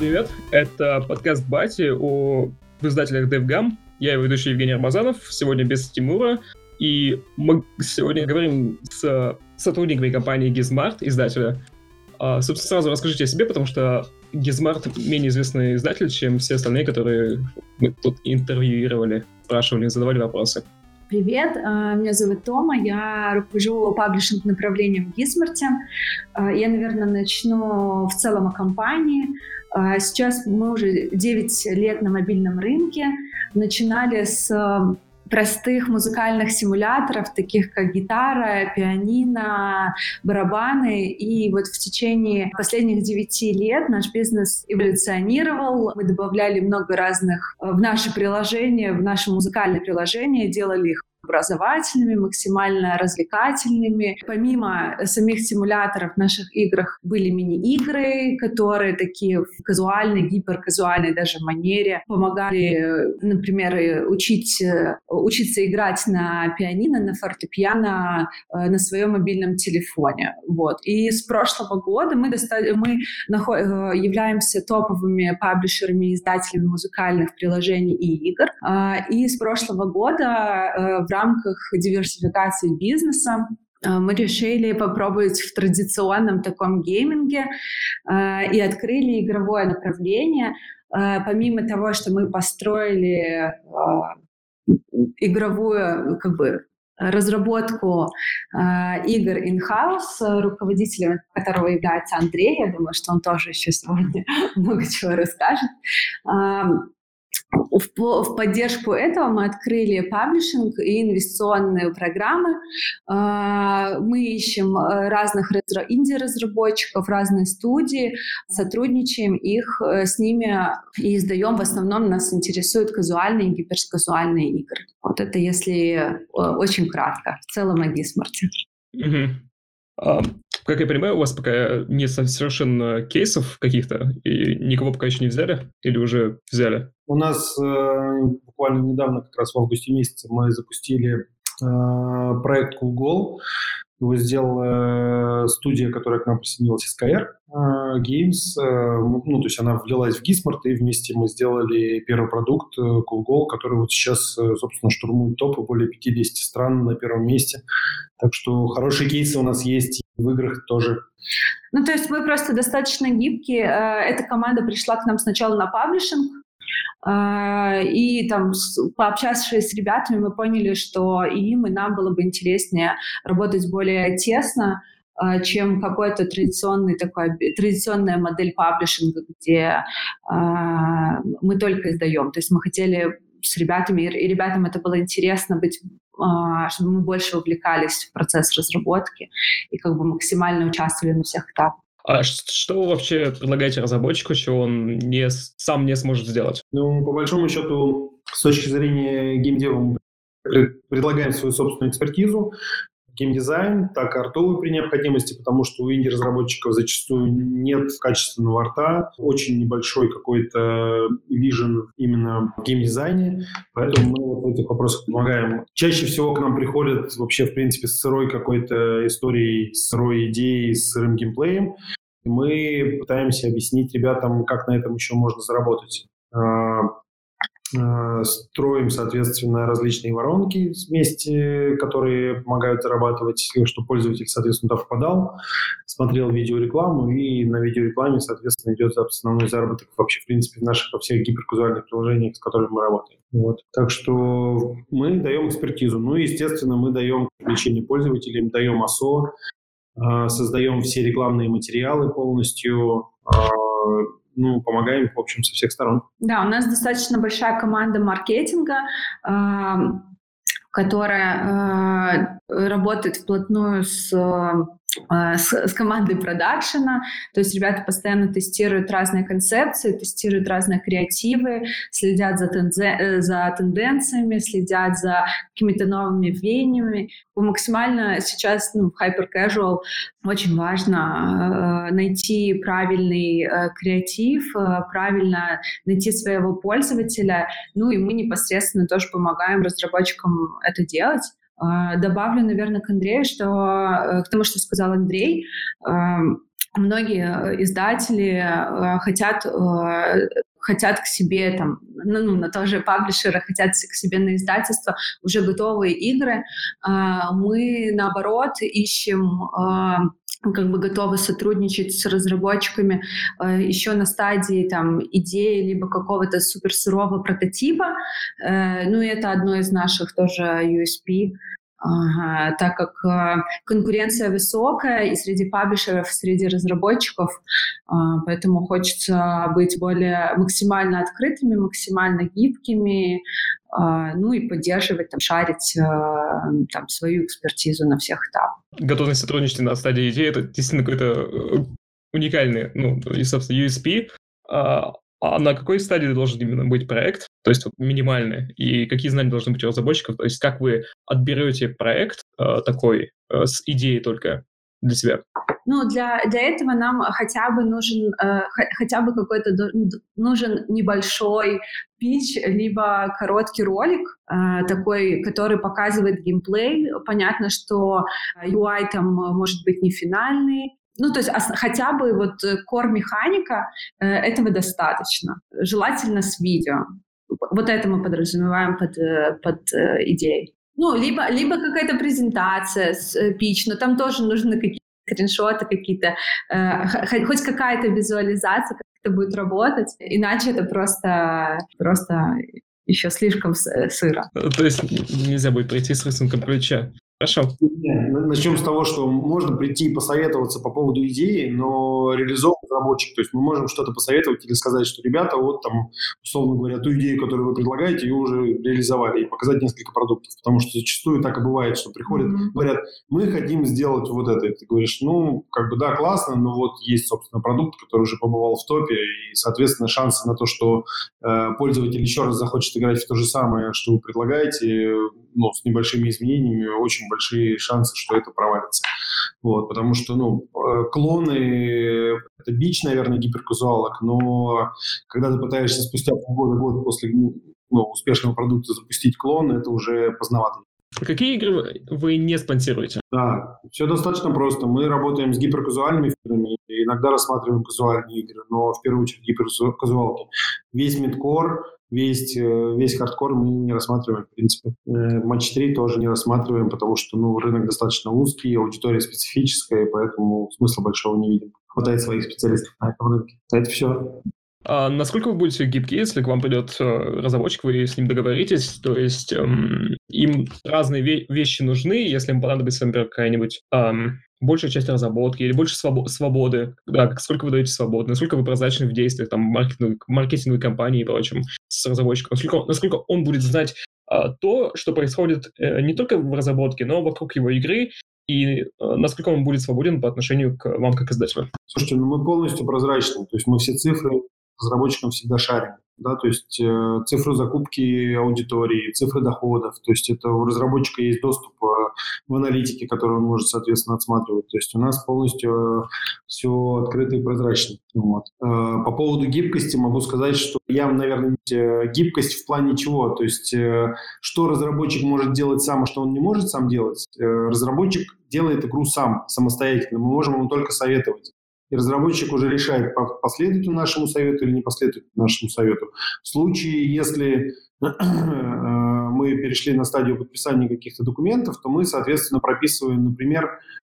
привет! Это подкаст Бати в издателях DevGam. Я его ведущий Евгений Армазанов, сегодня без Тимура. И мы сегодня говорим с сотрудниками компании Gizmart, издателя. Собственно, сразу расскажите о себе, потому что Gizmart менее известный издатель, чем все остальные, которые мы тут интервьюировали, спрашивали, задавали вопросы. Привет, меня зовут Тома, я руковожу паблишинг-направлением в Gizmart. Я, наверное, начну в целом о компании. Сейчас мы уже 9 лет на мобильном рынке. Начинали с простых музыкальных симуляторов, таких как гитара, пианино, барабаны. И вот в течение последних 9 лет наш бизнес эволюционировал. Мы добавляли много разных в наши приложения, в наши музыкальные приложения, делали их образовательными, максимально развлекательными. Помимо самих симуляторов в наших играх были мини-игры, которые такие в казуальной, гиперказуальной даже манере помогали, например, учиться играть на пианино, на фортепиано на своем мобильном телефоне. Вот. И с прошлого года мы являемся топовыми паблишерами и издателями музыкальных приложений и игр. И с прошлого года в рамках диверсификации бизнеса мы решили попробовать в традиционном таком гейминге и открыли игровое направление. Помимо того, что мы построили игровую разработку игр in-house, руководителем которого является Андрей, я думаю, что он тоже еще сегодня много чего расскажет. В поддержку этого мы открыли паблишинг и инвестиционные программы. Мы ищем разных инди-разработчиков, разные студии, сотрудничаем с ними и издаем. В основном нас интересуют казуальные и гиперказуальные игры. Вот это если очень кратко. В целом о Gizmart. Как я понимаю, у вас пока нет совершенно кейсов каких-то, и никого пока еще не взяли? Или уже взяли? У нас буквально недавно, как раз в августе месяце, мы запустили проект CoolGoal. Его сделала студия, которая к нам присоединилась, SKR Games. То есть она влилась в Gizmart, и вместе мы сделали первый продукт CoolGoal, который вот сейчас, собственно, штурмует топы более 50 стран на первом месте. Так что хорошие кейсы у нас есть в играх тоже. То есть мы просто достаточно гибкие. Эта команда пришла к нам сначала на паблишинг, и там, пообщавшись с ребятами, мы поняли, что и им, и нам было бы интереснее работать более тесно, чем какой-то традиционная модель паблишинга, где мы только издаем. То есть мы хотели с ребятами, и ребятам это было интересно чтобы мы больше увлекались в процесс разработки и максимально участвовали на всех этапах. А что вы вообще предлагаете разработчику, чего он сам не сможет сделать? По большому счету, с точки зрения геймдева, мы предлагаем свою собственную экспертизу, геймдизайн, так и артовую при необходимости, потому что у инди-разработчиков зачастую нет качественного арта, очень небольшой какой-то вижен именно в геймдизайне, поэтому мы в этих вопросах помогаем. Чаще всего к нам приходят вообще, в принципе, с сырой какой-то историей, с сырой идеей, с сырым геймплеем, и мы пытаемся объяснить ребятам, как на этом еще можно заработать. Строим, соответственно, различные воронки вместе, которые помогают зарабатывать, чтобы пользователь, соответственно, туда попадал, смотрел видеорекламу, и на видеорекламе, соответственно, идет основной заработок вообще, в принципе, во всех гиперказуальных приложениях, с которыми мы работаем. Вот. Так что мы даем экспертизу. Естественно, мы даем привлечение пользователей, даем АСО, создаем все рекламные материалы полностью, помогаем, в общем, со всех сторон. Да, у нас достаточно большая команда маркетинга, которая работает вплотную с командой продакшена. То есть ребята постоянно тестируют разные концепции, тестируют разные креативы, следят за тенденциями, следят за какими-то новыми веяниями. Максимально сейчас в Hyper Casual очень важно найти правильный креатив, правильно найти своего пользователя. И мы непосредственно тоже помогаем разработчикам это делать. Добавлю, наверное, к Андрею, к тому, что сказал Андрей. многие издатели хотят к себе, там, на тоже паблишеры хотят к себе на издательство уже готовые игры. Мы, наоборот, ищем как бы готовы сотрудничать с разработчиками еще на стадии там, идеи либо какого-то суперсырого прототипа. И это одно из наших тоже USP. Так как конкуренция высокая и среди паблишеров, и среди разработчиков, поэтому хочется быть более максимально открытыми, максимально гибкими, и поддерживать, там, шарить там, свою экспертизу на всех этапах. Готовность сотрудничать на стадии идеи — это действительно какой-то уникальный, и, собственно, USP. А на какой стадии должен именно быть проект, то есть минимальный, и какие знания должны быть у разработчиков, то есть как вы отберете проект такой с идеей только для себя? Для этого нам хотя бы нужен небольшой пич, либо короткий ролик, такой, который показывает геймплей. Понятно, что UI там может быть не финальный, то есть хотя бы вот core-механика, этого достаточно. Желательно с видео. Вот это мы подразумеваем под идеей. Либо какая-то презентация, пич, но там тоже нужны какие-то скриншоты, какие-то, хоть какая-то визуализация, как это будет работать. Иначе это просто еще слишком сыро. То есть нельзя будет прийти с рисунком ключа. Хорошо. Начнем с того, что можно прийти и посоветоваться по поводу идеи, но реализован разработчик. То есть мы можем что-то посоветовать или сказать, что ребята, вот там, условно говоря, ту идею, которую вы предлагаете, ее уже реализовали, и показать несколько продуктов. Потому что зачастую так и бывает, что приходят, говорят, мы хотим сделать вот это. И ты говоришь, да, классно, но вот есть, собственно, продукт, который уже побывал в топе, и, соответственно, шансы на то, что пользователь еще раз захочет играть в то же самое, что вы предлагаете, с небольшими изменениями, очень большие шансы, что это провалится. Потому что, клоны – это бич, наверное, гиперказуалок, но когда ты пытаешься спустя полгода-год после успешного продукта запустить клон, это уже поздновато. Какие игры вы не спонсируете? Да, все достаточно просто. Мы работаем с гиперказуальными играми, иногда рассматриваем казуальные игры, но в первую очередь гиперказуалки. Весь мидкор, весь хардкор мы не рассматриваем, в принципе. Матч 3 тоже не рассматриваем, потому что рынок достаточно узкий, аудитория специфическая, поэтому смысла большого не видим. Хватает своих специалистов на этом рынке. Это все. А насколько вы будете гибки, если к вам придет разработчик, вы с ним договоритесь, то есть им разные вещи нужны, если им понадобится, например, какая-нибудь большая часть разработки или больше свободы, да, сколько вы даете свободы, насколько вы прозрачны в действиях, там, маркетинговой кампании и прочем с разработчиком, насколько он будет знать то, что происходит не только в разработке, но вокруг его игры, и насколько он будет свободен по отношению к вам как издателю. Слушайте, мы полностью прозрачны, то есть мы все цифры разработчикам всегда шарим, да, то есть цифры закупки аудитории, цифры доходов, то есть это у разработчика есть доступ в аналитике, который он может, соответственно, отсматривать, то есть у нас полностью все открыто и прозрачно. По поводу гибкости могу сказать, что наверное, гибкость в плане чего, то есть что разработчик может делать сам, а что он не может сам делать. Разработчик делает игру сам, самостоятельно, мы можем ему только советовать. И разработчик уже решает, последует он нашему совету или не последует нашему совету. В случае, если мы перешли на стадию подписания каких-то документов, то мы, соответственно, прописываем, например,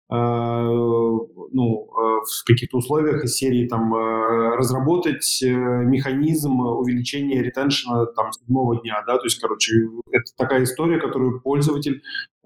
в каких-то условиях из серии разработать механизм увеличения ретеншена с 7-го дня, да, то есть, это такая история, которую пользователь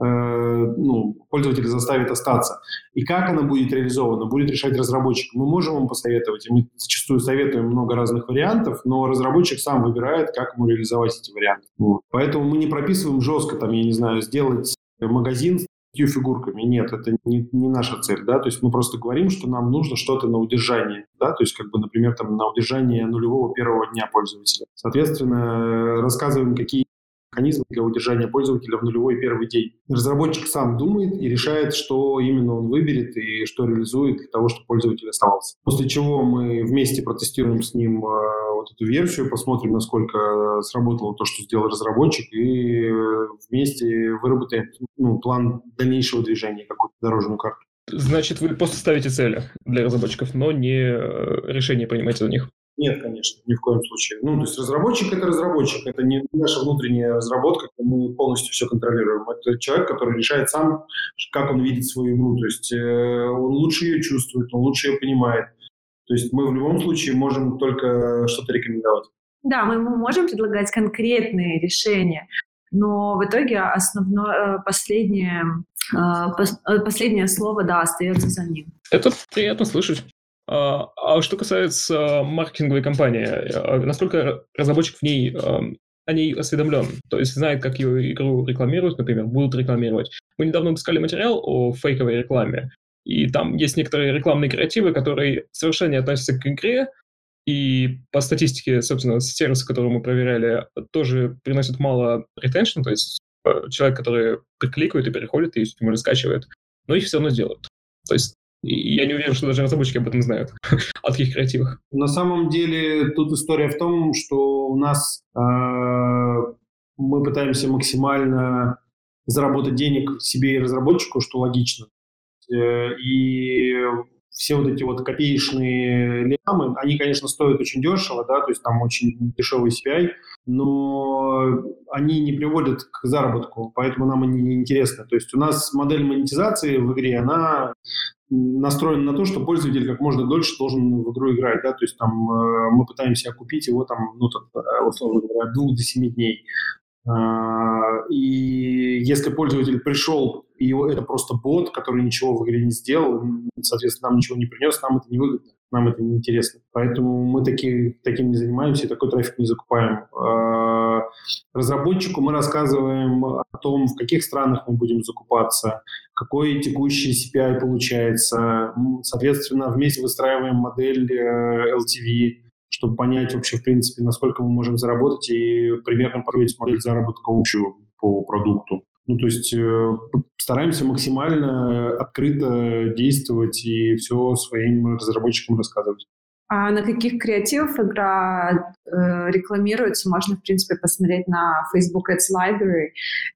заставит остаться. И как она будет реализована, будет решать разработчик. Мы можем ему посоветовать, и мы зачастую советуем много разных вариантов, но разработчик сам выбирает, как ему реализовать эти варианты. Поэтому мы не прописываем жестко, сделать магазин фигурками. Нет, это не наша цель, да, то есть мы просто говорим, что нам нужно что-то на удержание, да, то есть например, на удержание нулевого первого дня пользователя. Соответственно, рассказываем, какие механизмы для удержания пользователя в нулевой первый день. Разработчик сам думает и решает, что именно он выберет и что реализует для того, чтобы пользователь оставался. После чего мы вместе протестируем с ним эту версию, посмотрим, насколько сработало то, что сделал разработчик, и вместе выработаем план дальнейшего движения, какую-то дорожную карту. Значит, вы просто ставите цели для разработчиков, но не решения принимаете за них. Нет, конечно, ни в коем случае. То есть разработчик – это разработчик, это не наша внутренняя разработка, мы полностью все контролируем. Это человек, который решает сам, как он видит свою игру. То есть он лучше ее чувствует, он лучше ее понимает. То есть мы в любом случае можем только что-то рекомендовать. Да, мы можем предлагать конкретные решения, но в итоге основное, последнее слово, да, остается за ним. Это приятно слышать. А что касается маркетинговой кампании, насколько разработчик в ней о ней осведомлен? То есть знает, как ее игру рекламируют, например, будут рекламировать. Мы недавно выпускали материал о фейковой рекламе, и там есть некоторые рекламные креативы, которые совершенно не относятся к игре, и по статистике, собственно, сервиса, который мы проверяли, тоже приносят мало retention, то есть человек, который прикликает и переходит, и ему раскачивает, но их все равно делают. То есть я не уверен, что даже разработчики об этом знают, о таких креативах. На самом деле тут история в том, что у нас мы пытаемся максимально заработать денег себе и разработчику, что логично. И все вот эти вот копеечные лямы, они, конечно, стоят очень дешево, да, то есть там очень дешевый CPI, но они не приводят к заработку, поэтому нам они не интересны. То есть у нас модель монетизации в игре, она настроена на то, что пользователь как можно дольше должен в игру играть, да, то есть там мы пытаемся окупить его там, условно говоря, от 2 до 7 дней. И если пользователь пришел, и это просто бот, который ничего в игре не сделал, соответственно, нам ничего не принес, нам это не выгодно, нам это не интересно. Поэтому мы таким не занимаемся и такой трафик не закупаем. Разработчику мы рассказываем о том, в каких странах мы будем закупаться, какой текущий CPI получается. Соответственно, вместе выстраиваем модель LTV, чтобы понять вообще, в принципе, насколько мы можем заработать и примерно проводить модель заработка общую по продукту. То есть стараемся максимально открыто действовать и все своим разработчикам рассказывать. А на каких креативах игра рекламируется, можно, в принципе, посмотреть на Facebook Ads Library.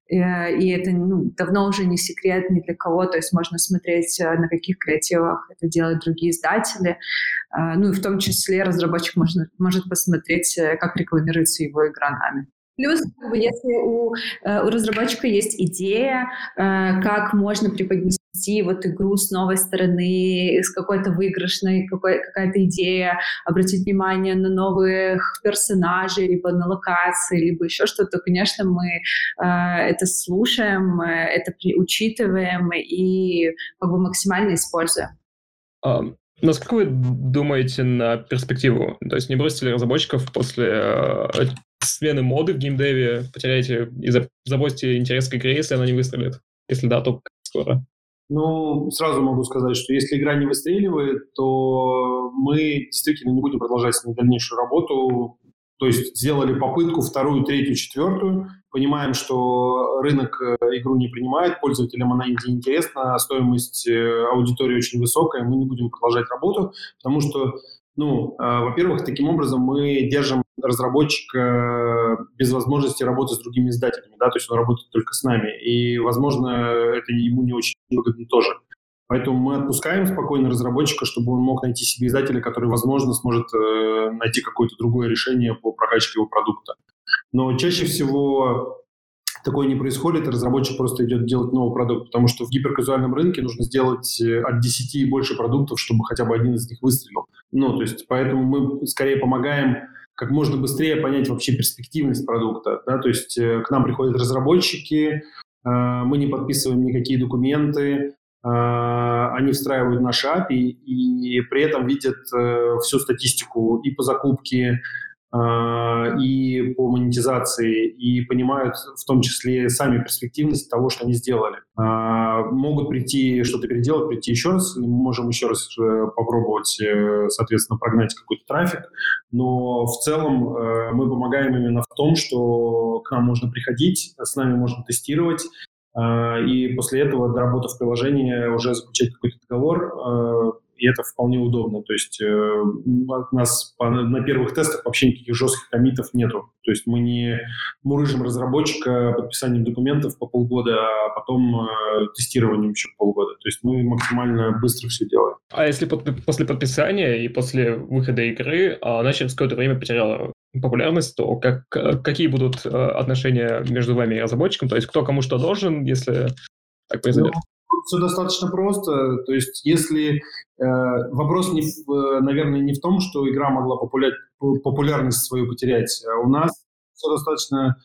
И это давно уже не секрет ни для кого, то есть можно смотреть, на каких креативах это делают другие издатели. И в том числе разработчик может посмотреть, как рекламируется его игра нами. Плюс, если у разработчика есть идея, как можно преподнести вот игру с новой стороны, с какой-то выигрышной, какая-то идея, обратить внимание на новых персонажей, либо на локации, либо еще что-то, конечно, мы это слушаем, это учитываем и максимально используем. Насколько вы думаете на перспективу? То есть не бросите ли разработчиков после смены моды в геймдеве, потеряете и забросите интерес к игре, если она не выстрелит? Если да, то скоро? Сразу могу сказать, что если игра не выстреливает, то мы действительно не будем продолжать с ней дальнейшую работу. То есть сделали попытку, 2-ю, 3-ю, 4-ю, понимаем, что рынок игру не принимает, пользователям она не интересна, стоимость аудитории очень высокая, мы не будем продолжать работу, потому что, во-первых, таким образом мы держим разработчика без возможности работать с другими издателями, да, то есть он работает только с нами, и, возможно, это ему не очень выгодно тоже. Поэтому мы отпускаем спокойно разработчика, чтобы он мог найти себе издателя, который, возможно, сможет найти какое-то другое решение по прокачке его продукта. Но чаще всего такое не происходит, разработчик просто идет делать новый продукт, потому что в гиперказуальном рынке нужно сделать от 10 и больше продуктов, чтобы хотя бы один из них выстрелил. То есть поэтому мы скорее помогаем как можно быстрее понять вообще перспективность продукта. Да? То есть к нам приходят разработчики, мы не подписываем никакие документы, они встраивают наши API и при этом видят всю статистику и по закупке, и по монетизации, и понимают в том числе сами перспективность того, что они сделали. Могут прийти, что-то переделать, прийти еще раз, мы можем еще раз попробовать, соответственно, прогнать какой-то трафик, но в целом мы помогаем именно в том, что к нам можно приходить, с нами можно тестировать, и после этого, доработав приложение, уже заключать какой-то договор и это вполне удобно. То есть у нас на первых тестах вообще никаких жестких коммитов нету. То есть мы не мурыжим разработчика подписанием документов по полгода, а потом тестированием еще полгода. То есть мы максимально быстро все делаем. А если после подписания и после выхода игры она через какое-то время потеряла популярность, то какие будут отношения между вами и разработчиком? То есть кто кому что должен, если так произойдет? Все достаточно просто. То есть если вопрос, наверное, не в том, что игра могла популярность свою потерять. У нас все достаточно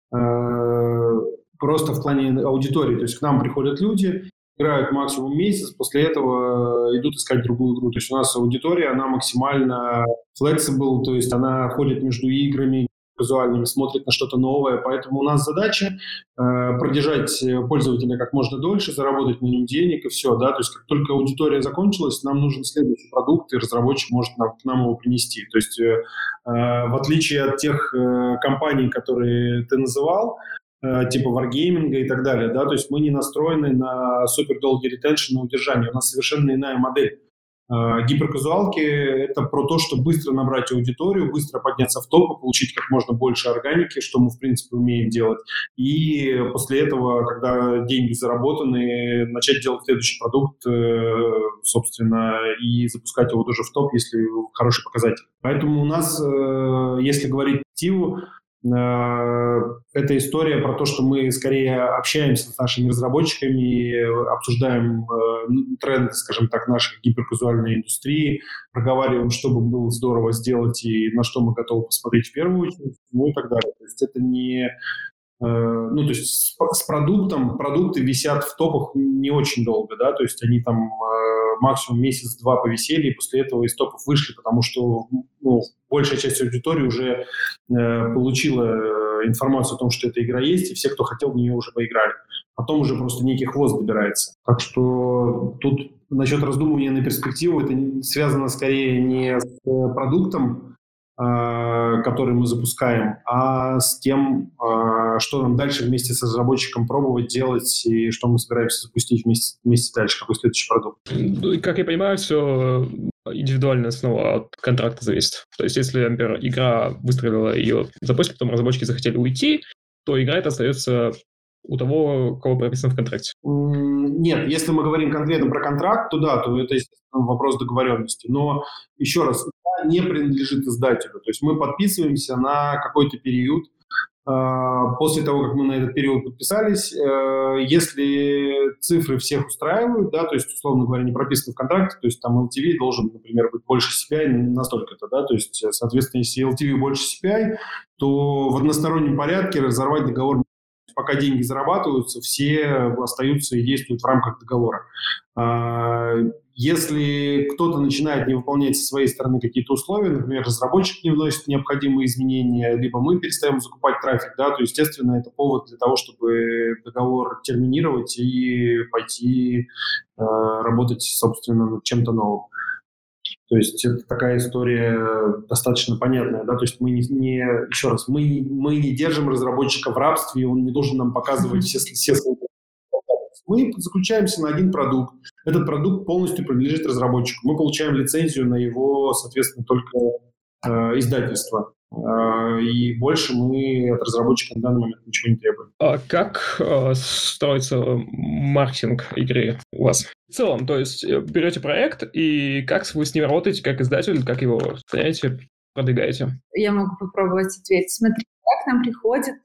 просто в плане аудитории. То есть к нам приходят люди, играют максимум месяц, после этого идут искать другую игру. То есть у нас аудитория, она максимально flexible, то есть она ходит между играми казуальными, смотрит на что-то новое. Поэтому у нас задача продержать пользователя как можно дольше, заработать на нем денег и все. Да? То есть как только аудитория закончилась, нам нужен следующий продукт, и разработчик может к нам его принести. То есть в отличие от тех компаний, которые ты называл, типа Wargaming и так далее, да, то есть мы не настроены на супер долгий ретеншн, на удержание. У нас совершенно иная модель. Гиперказуалки – это про то, чтобы быстро набрать аудиторию, быстро подняться в топ, получить как можно больше органики, что мы, в принципе, умеем делать. И после этого, когда деньги заработаны, начать делать следующий продукт, собственно, и запускать его тоже в топ, если хороший показатель. Поэтому у нас, если говорить активу, это история про то, что мы скорее общаемся с нашими разработчиками, обсуждаем тренды, скажем так, нашей гиперказуальной индустрии, проговариваем, что бы было здорово сделать и на что мы готовы посмотреть в первую очередь, ну и так далее. То есть это не... Ну, то есть с продуктом, продукты висят в топах не очень долго, да, то есть они там максимум месяц-два повисели, и после этого из топов вышли, потому что большая часть аудитории уже получила информацию о том, что эта игра есть, и все, кто хотел, в нее уже поиграли. Потом уже просто некий хвост добирается. Так что тут насчет раздумывания на перспективу, это связано скорее не с продуктом, который мы запускаем, а с тем, что нам дальше вместе с разработчиком пробовать делать и что мы собираемся запустить вместе дальше, какой следующий продукт. Как я понимаю, все индивидуально снова от контракта зависит. То есть если, например, игра выстрелила, ее запустили, потом разработчики захотели уйти, то игра эта остается у того, кого прописано в контракте. Нет, если мы говорим конкретно про контракт, то да, то это, естественно, вопрос договоренности. Но, еще раз, игра не принадлежит издателю. То есть мы подписываемся на какой-то период. После того, как мы на этот период подписались, если цифры всех устраивают, да, то есть, условно говоря, не прописано в контракте, то есть там LTV должен, например, быть больше CPI настолько-то, да, то есть, соответственно, если LTV больше CPI, то в одностороннем порядке разорвать договор. Пока деньги зарабатываются, все остаются и действуют в рамках договора. Если кто-то начинает не выполнять со своей стороны какие-то условия, например, разработчик не вносит необходимые изменения, либо мы перестаем закупать трафик, да, то, естественно, это повод для того, чтобы договор терминировать и пойти работать, собственно, над чем-то новым. То есть это такая история достаточно понятная, да, то есть мы еще раз, мы не держим разработчика в рабстве, он не должен нам показывать все свои. Мы заключаемся на один продукт. Этот продукт полностью принадлежит разработчику. Мы получаем лицензию на его, соответственно, только издательство. И больше мы от разработчика на данный момент ничего не требуем. А как строится маркетинг игры у вас? В целом, то есть берете проект, и как вы с ним работаете, как издатель, как его распространяете, продвигаете? Я могу попробовать ответить. Смотри, как к нам приходит...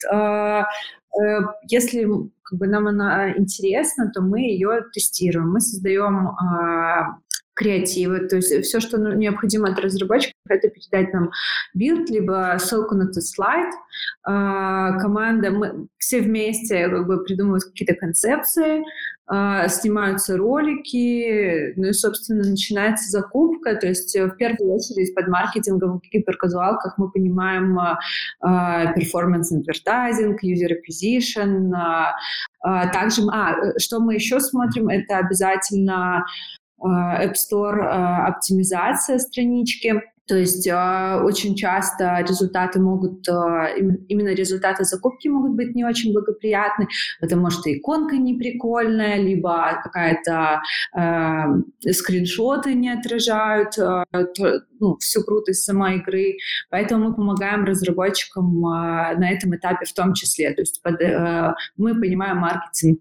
Если нам она интересна, то мы ее тестируем. Мы создаем креативы, то есть все, что необходимо от разработчиков, это передать нам билд, либо ссылку на тот слайд. Команда, мы все вместе придумывают какие-то концепции, снимаются ролики, ну и, собственно, начинается закупка. То есть в первую очередь под маркетингом в гиперказуалках мы понимаем performance advertising, user acquisition. Также, что мы еще смотрим, это обязательно App Store оптимизация странички. То есть очень часто результаты могут, именно результаты закупки могут быть не очень благоприятны, потому что иконка неприкольная, либо какая-то скриншоты не отражают всю крутость самой игры. Поэтому мы помогаем разработчикам на этом этапе в том числе. То есть мы понимаем маркетинг,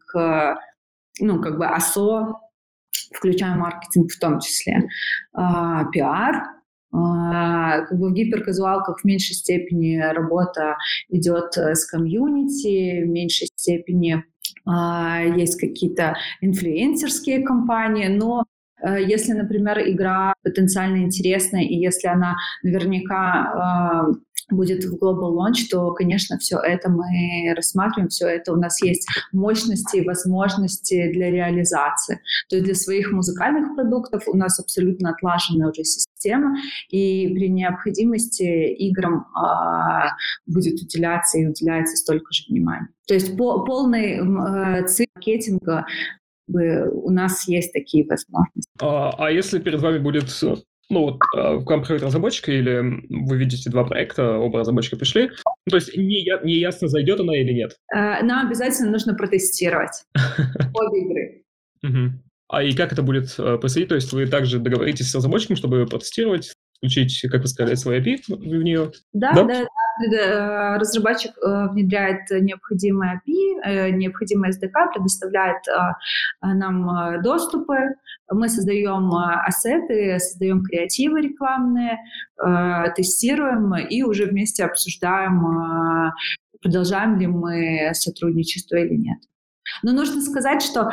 АСО, включаем маркетинг в том числе. Пиар. В гиперказуалках в меньшей степени работа идет с комьюнити, в меньшей степени есть какие-то инфлюенсерские кампании, но если, например, игра потенциально интересная, и если она наверняка будет в Global Launch, то, конечно, все это мы рассматриваем, все это у нас есть мощности и возможности для реализации. То есть для своих музыкальных продуктов у нас абсолютно отлаженная уже система, и при необходимости играм будет уделяться и уделяется столько же внимания. То есть полный цикл маркетинга у нас есть такие возможности. А если перед вами будет... к вам приходит разработчик, или вы видите два проекта, оба разработчика пришли, то есть не ясно, зайдет она или нет? Нам обязательно нужно протестировать обе игры. И как это будет происходить? То есть вы также договоритесь с разработчиком, чтобы протестировать, включить, как вы сказали, свой API в нее? Да. Разработчик внедряет необходимые API, необходимые SDK, предоставляет нам доступы. Мы создаем ассеты, создаем креативы рекламные, тестируем и уже вместе обсуждаем, продолжаем ли мы сотрудничество или нет. Но нужно сказать, что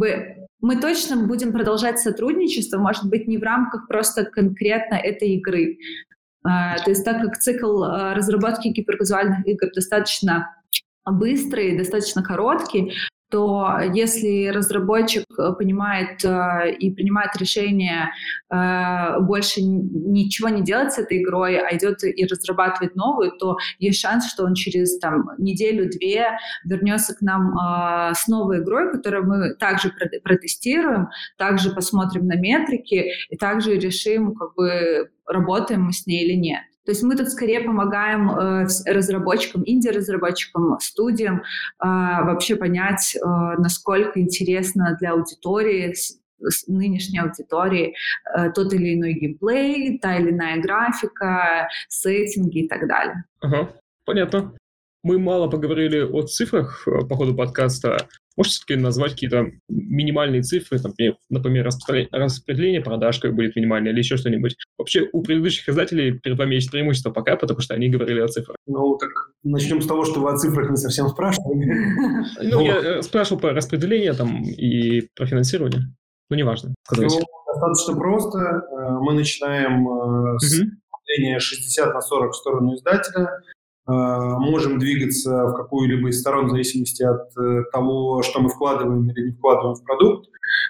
мы точно будем продолжать сотрудничество, может быть, не в рамках просто конкретно этой игры. То есть так как цикл разработки гиперказуальных игр достаточно быстрый, достаточно короткий, то если разработчик понимает и принимает решение больше ничего не делать с этой игрой, а идет и разрабатывает новую, то есть шанс, что он через неделю-две вернется к нам с новой игрой, которую мы также протестируем, также посмотрим на метрики и также решим, работаем мы с ней или нет. То есть мы тут скорее помогаем разработчикам, инди-разработчикам, студиям вообще понять, насколько интересно для аудитории, нынешней аудитории тот или иной геймплей, та или иная графика, сеттинги и так далее. Ага, понятно. Мы мало поговорили о цифрах по ходу подкаста. Можете все-таки назвать какие-то минимальные цифры, например, распределение продаж, как будет минимальное, или еще что-нибудь? Вообще, у предыдущих издателей перед вами есть преимущество пока, потому что они говорили о цифрах. Так начнем с того, что вы о цифрах не совсем спрашивали. Я спрашивал про распределение и про финансирование. Неважно. Все достаточно просто. Мы начинаем с распределения 60/40 в сторону издателя. Можем двигаться в какую-либо из сторон в зависимости от того, что мы вкладываем или не вкладываем в продукт.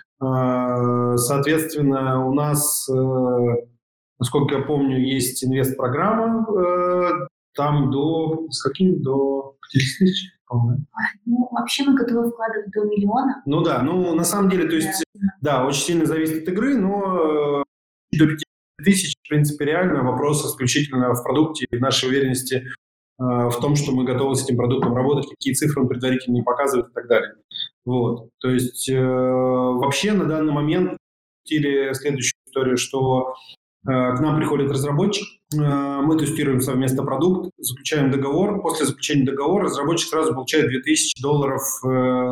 Соответственно, у нас, насколько я помню, есть инвест-программа, там до 50 тысяч, по-моему. Вообще мы готовы вкладывать до 1 миллиона. На самом деле, то есть, очень сильно зависит от игры, но до 50 тысяч, в принципе, реально. Вопрос исключительно в продукте и в нашей уверенности в том, что мы готовы с этим продуктом работать, какие цифры он предварительно не показывает и так далее. То есть вообще на данный момент следующую историю, что к нам приходит разработчик, мы тестируем совместно продукт, заключаем договор. После заключения договора разработчик сразу получает $2000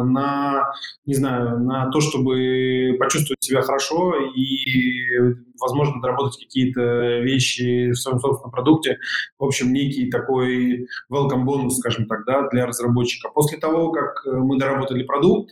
на то, чтобы почувствовать себя хорошо и, возможно, доработать какие-то вещи в своем собственном продукте. В общем, некий такой welcome бонус, скажем так, для разработчика. После того, как мы доработали продукт,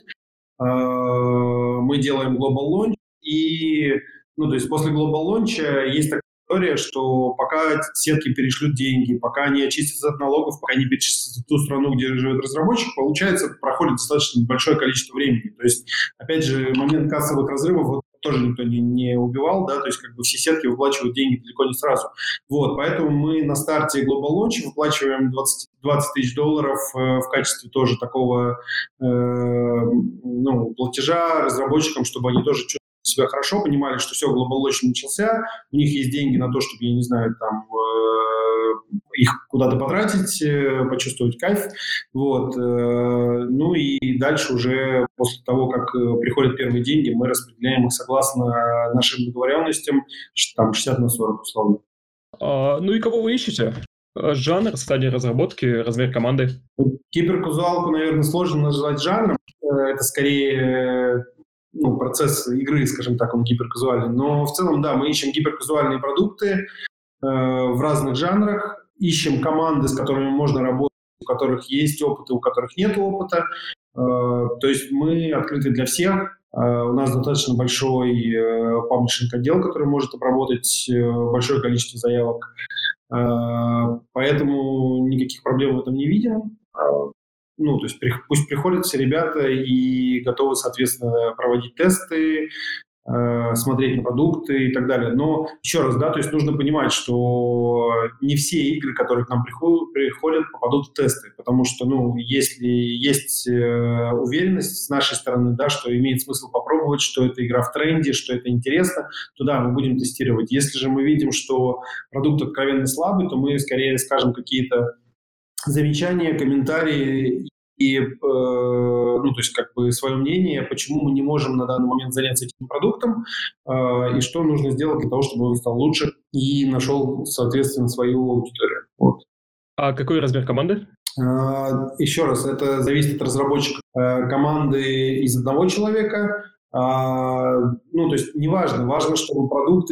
мы делаем Global Launch, и то есть после Global Launch есть такая история, что пока сетки перешлют деньги, пока они очистятся от налогов, пока они перечислятся в ту страну, где живет разработчик, получается, проходит достаточно большое количество времени. То есть, опять же, момент кассовых разрывов тоже никто не убивал, то есть все сетки выплачивают деньги далеко не сразу. Поэтому мы на старте Global Launch выплачиваем $20,000 в качестве тоже такого платежа разработчикам, чтобы они тоже чувствовали себя хорошо, понимали, что все, Global Launch начался, у них есть деньги на то, чтобы, я не знаю, там, их куда-то потратить, почувствовать кайф. Вот. Ну и дальше уже после того, как приходят первые деньги, мы распределяем их согласно нашим договоренностям, там 60/40 условно. Ну и кого вы ищете? Жанр, стадия разработки, размер команды? Гиперказуалку, наверное, сложно назвать жанром. Это скорее процесс игры, скажем так, он гиперказуальный. Но в целом, да, мы ищем гиперказуальные продукты в разных жанрах, ищем команды, с которыми можно работать, у которых есть опыт и у которых нет опыта. То есть мы открыты для всех. У нас достаточно большой паблишинг-отдел, который может обработать большое количество заявок. Поэтому никаких проблем в этом не видим. То есть пусть приходят все ребята и готовы, соответственно, проводить тесты, смотреть на продукты и так далее. Но еще раз, да, то есть нужно понимать, что не все игры, которые к нам приходят, попадут в тесты, потому что, если есть уверенность с нашей стороны, да, что имеет смысл попробовать, что эта игра в тренде, что это интересно, то да, мы будем тестировать. Если же мы видим, что продукт откровенно слабый, то мы скорее скажем какие-то замечания, комментарии и, то есть свое мнение, почему мы не можем на данный момент заняться этим продуктом и что нужно сделать для того, чтобы он стал лучше и нашел, соответственно, свою аудиторию. Вот. А какой размер команды? Еще раз, это зависит от разработчика. Команды из одного человека, то есть неважно, важно, чтобы продукт...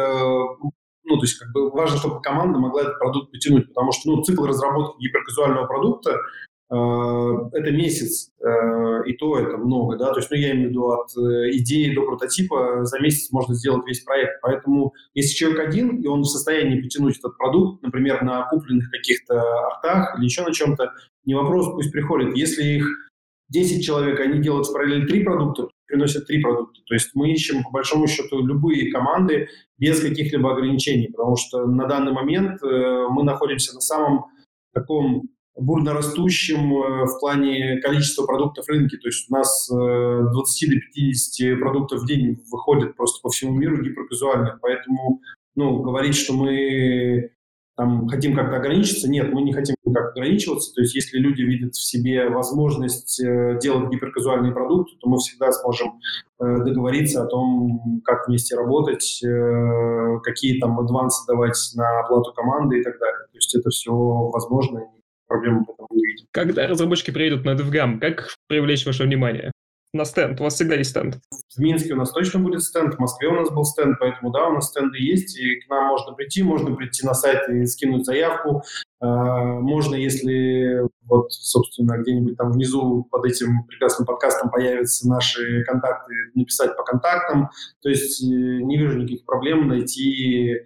важно, чтобы команда могла этот продукт потянуть, потому что, цикл разработки гиперказуального продукта это месяц, и то это много, да, то есть, я имею в виду от идеи до прототипа за месяц можно сделать весь проект, поэтому если человек один, и он в состоянии потянуть этот продукт, например, на купленных каких-то артах или еще на чем-то, не вопрос, пусть приходит. Если их 10 человек, они делают в параллель 3 продукта, приносят 3 продукта. То есть мы ищем, по большому счету, любые команды без каких-либо ограничений, потому что на данный момент мы находимся на самом таком бурно растущем в плане количества продуктов в рынке. То есть у нас 20 до 50 продуктов в день выходит просто по всему миру гиперказуальных. Поэтому говорить, что мы хотим как-то ограничиться, нет, мы не хотим никак ограничиваться. То есть если люди видят в себе возможность делать гиперказуальные продукты, то мы всегда сможем договориться о том, как вместе работать, какие адвансы давать на оплату команды и так далее. То есть это все возможно, проблем в этом не видим. Когда разработчики приедут на DevGam, как привлечь ваше внимание? На стенд? У вас всегда есть стенд? В Минске у нас точно будет стенд, в Москве у нас был стенд, поэтому да, у нас стенды есть, и к нам можно прийти на сайт и скинуть заявку. Можно, если собственно, где-нибудь там внизу под этим прекрасным подкастом появятся наши контакты, написать по контактам. То есть не вижу никаких проблем найти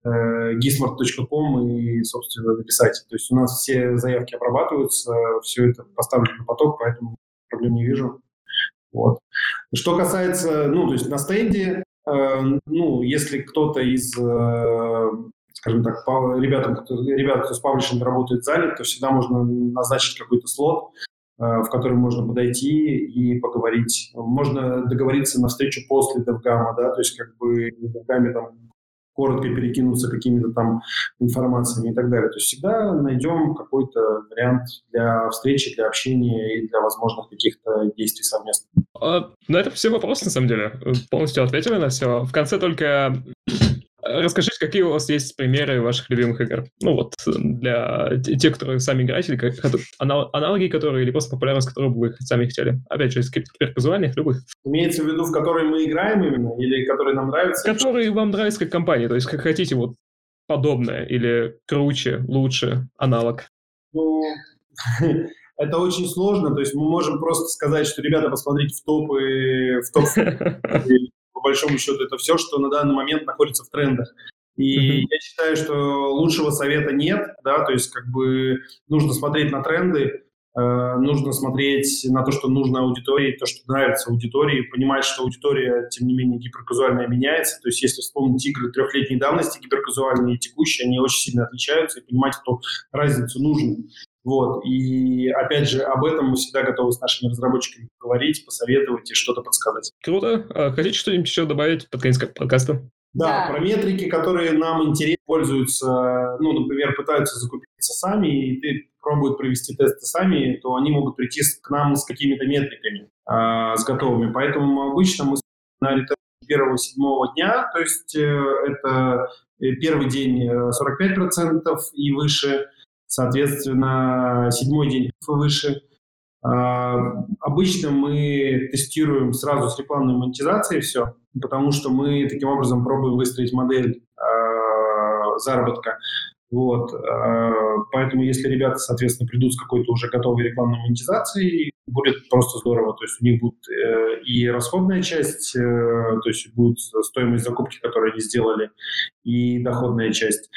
gismart.com и, собственно, написать. То есть у нас все заявки обрабатываются, все это поставлено на поток, поэтому проблем не вижу. Вот. Что касается, то есть на стенде, если кто-то из, скажем так, ребят, кто с паблишингом работает, занят, то всегда можно назначить какой-то слот, в который можно подойти и поговорить. Можно договориться на встречу после DevGam, да, то есть в DevGam коротко перекинуться какими-то там информациями и так далее. То есть всегда найдем какой-то вариант для встречи, для общения и для возможных каких-то действий совместно. Это все вопросы, на самом деле. Полностью ответили на все. В конце только расскажите, какие у вас есть примеры ваших любимых игр. Для тех, которые сами играете, или аналоги которые, или просто популярность, которую бы вы сами хотели. Опять же, из гиперказуальных, любых. Имеется в виду, в которые мы играем именно, или которые нам нравятся? Которые вам нравятся как компания, то есть как хотите подобное, или круче, лучше аналог. Это очень сложно, то есть мы можем просто сказать, что, ребята, посмотрите в топ. По большому счету, это все, что на данный момент находится в трендах. И я считаю, что лучшего совета нет, да, то есть нужно смотреть на тренды, нужно смотреть на то, что нужно аудитории, то, что нравится аудитории, понимать, что аудитория, тем не менее, гиперказуальная меняется. То есть если вспомнить игры 3-летней давности, гиперказуальные и текущие, они очень сильно отличаются, и понимать эту разницу нужно. Вот. И, опять же, об этом мы всегда готовы с нашими разработчиками поговорить, посоветовать и что-то подсказать. Круто. Хотите что-нибудь еще добавить под конец подкаста? Да, про метрики, которые нам интересны, пользуются, например, пытаются закупиться сами, и пробуют провести тесты сами, то они могут прийти к нам с какими-то метриками, с готовыми. Поэтому обычно мы на ретест 1-7 дня, то есть это первый день 45% и выше, соответственно, 7-й день и выше. Обычно мы тестируем сразу с рекламной монетизацией все, потому что мы таким образом пробуем выстроить модель заработка. Вот. Поэтому если ребята, соответственно, придут с какой-то уже готовой рекламной монетизацией, будет просто здорово. То есть у них будет и расходная часть, то есть будет стоимость закупки, которую они сделали, и доходная часть.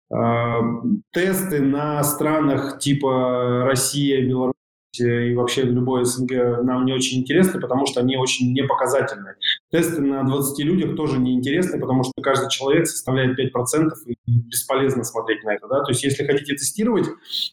Тесты на странах типа Россия, Беларусь и вообще любой СНГ нам не очень интересны, потому что они очень непоказательны. Тесты на 20 людях тоже не интересны, потому что каждый человек составляет 5%, и бесполезно смотреть на это. Да? То есть если хотите тестировать,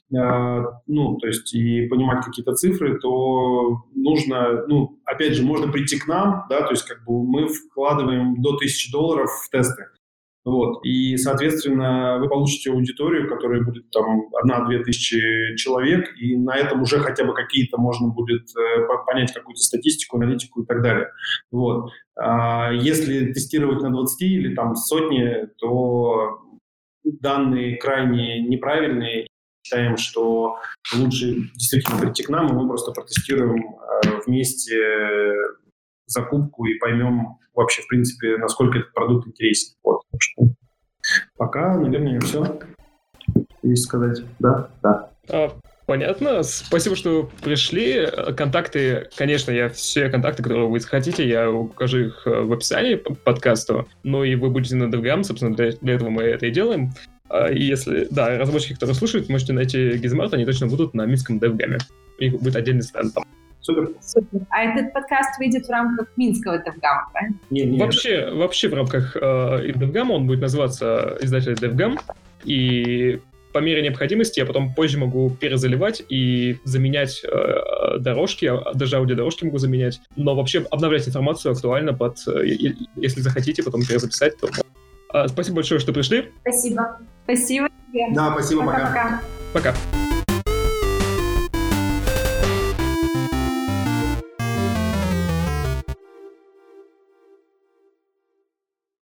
то есть и понимать какие-то цифры, то нужно, опять же, можно прийти к нам, да, то есть как бы мы вкладываем до $1000 в тесты. Вот. И, соответственно, вы получите аудиторию, которая будет там 1-2 тысячи человек, и на этом уже хотя бы какие-то можно будет понять какую-то статистику, аналитику и так далее. Вот. А если тестировать на 20 или там сотни, то данные крайне неправильные. Считаем, что лучше действительно прийти к нам, и мы просто протестируем вместе закупку и поймем вообще, в принципе, насколько этот продукт интересен. Вот. Пока, наверное, все есть сказать. Да. Понятно. Спасибо, что пришли. Контакты, конечно, все контакты, которые вы хотите, я укажу их в описании к подкасту. Ну и вы будете на DevGam, собственно, для этого мы это и делаем. И если, разработчики, которые слушают, можете найти Gizmart, они точно будут на минском DevGam. У них будет отдельный стенд там. Супер. А этот подкаст выйдет в рамках Минского DevGam, правильно? Нет. Вообще в рамках DevGam он будет называться издатель DevGam, и по мере необходимости я потом позже могу перезаливать и заменять дорожки, даже аудиодорожки могу заменять, но вообще обновлять информацию актуально если захотите потом перезаписать, то... Спасибо большое, что пришли. Спасибо тебе. Да, спасибо, пока. Пока.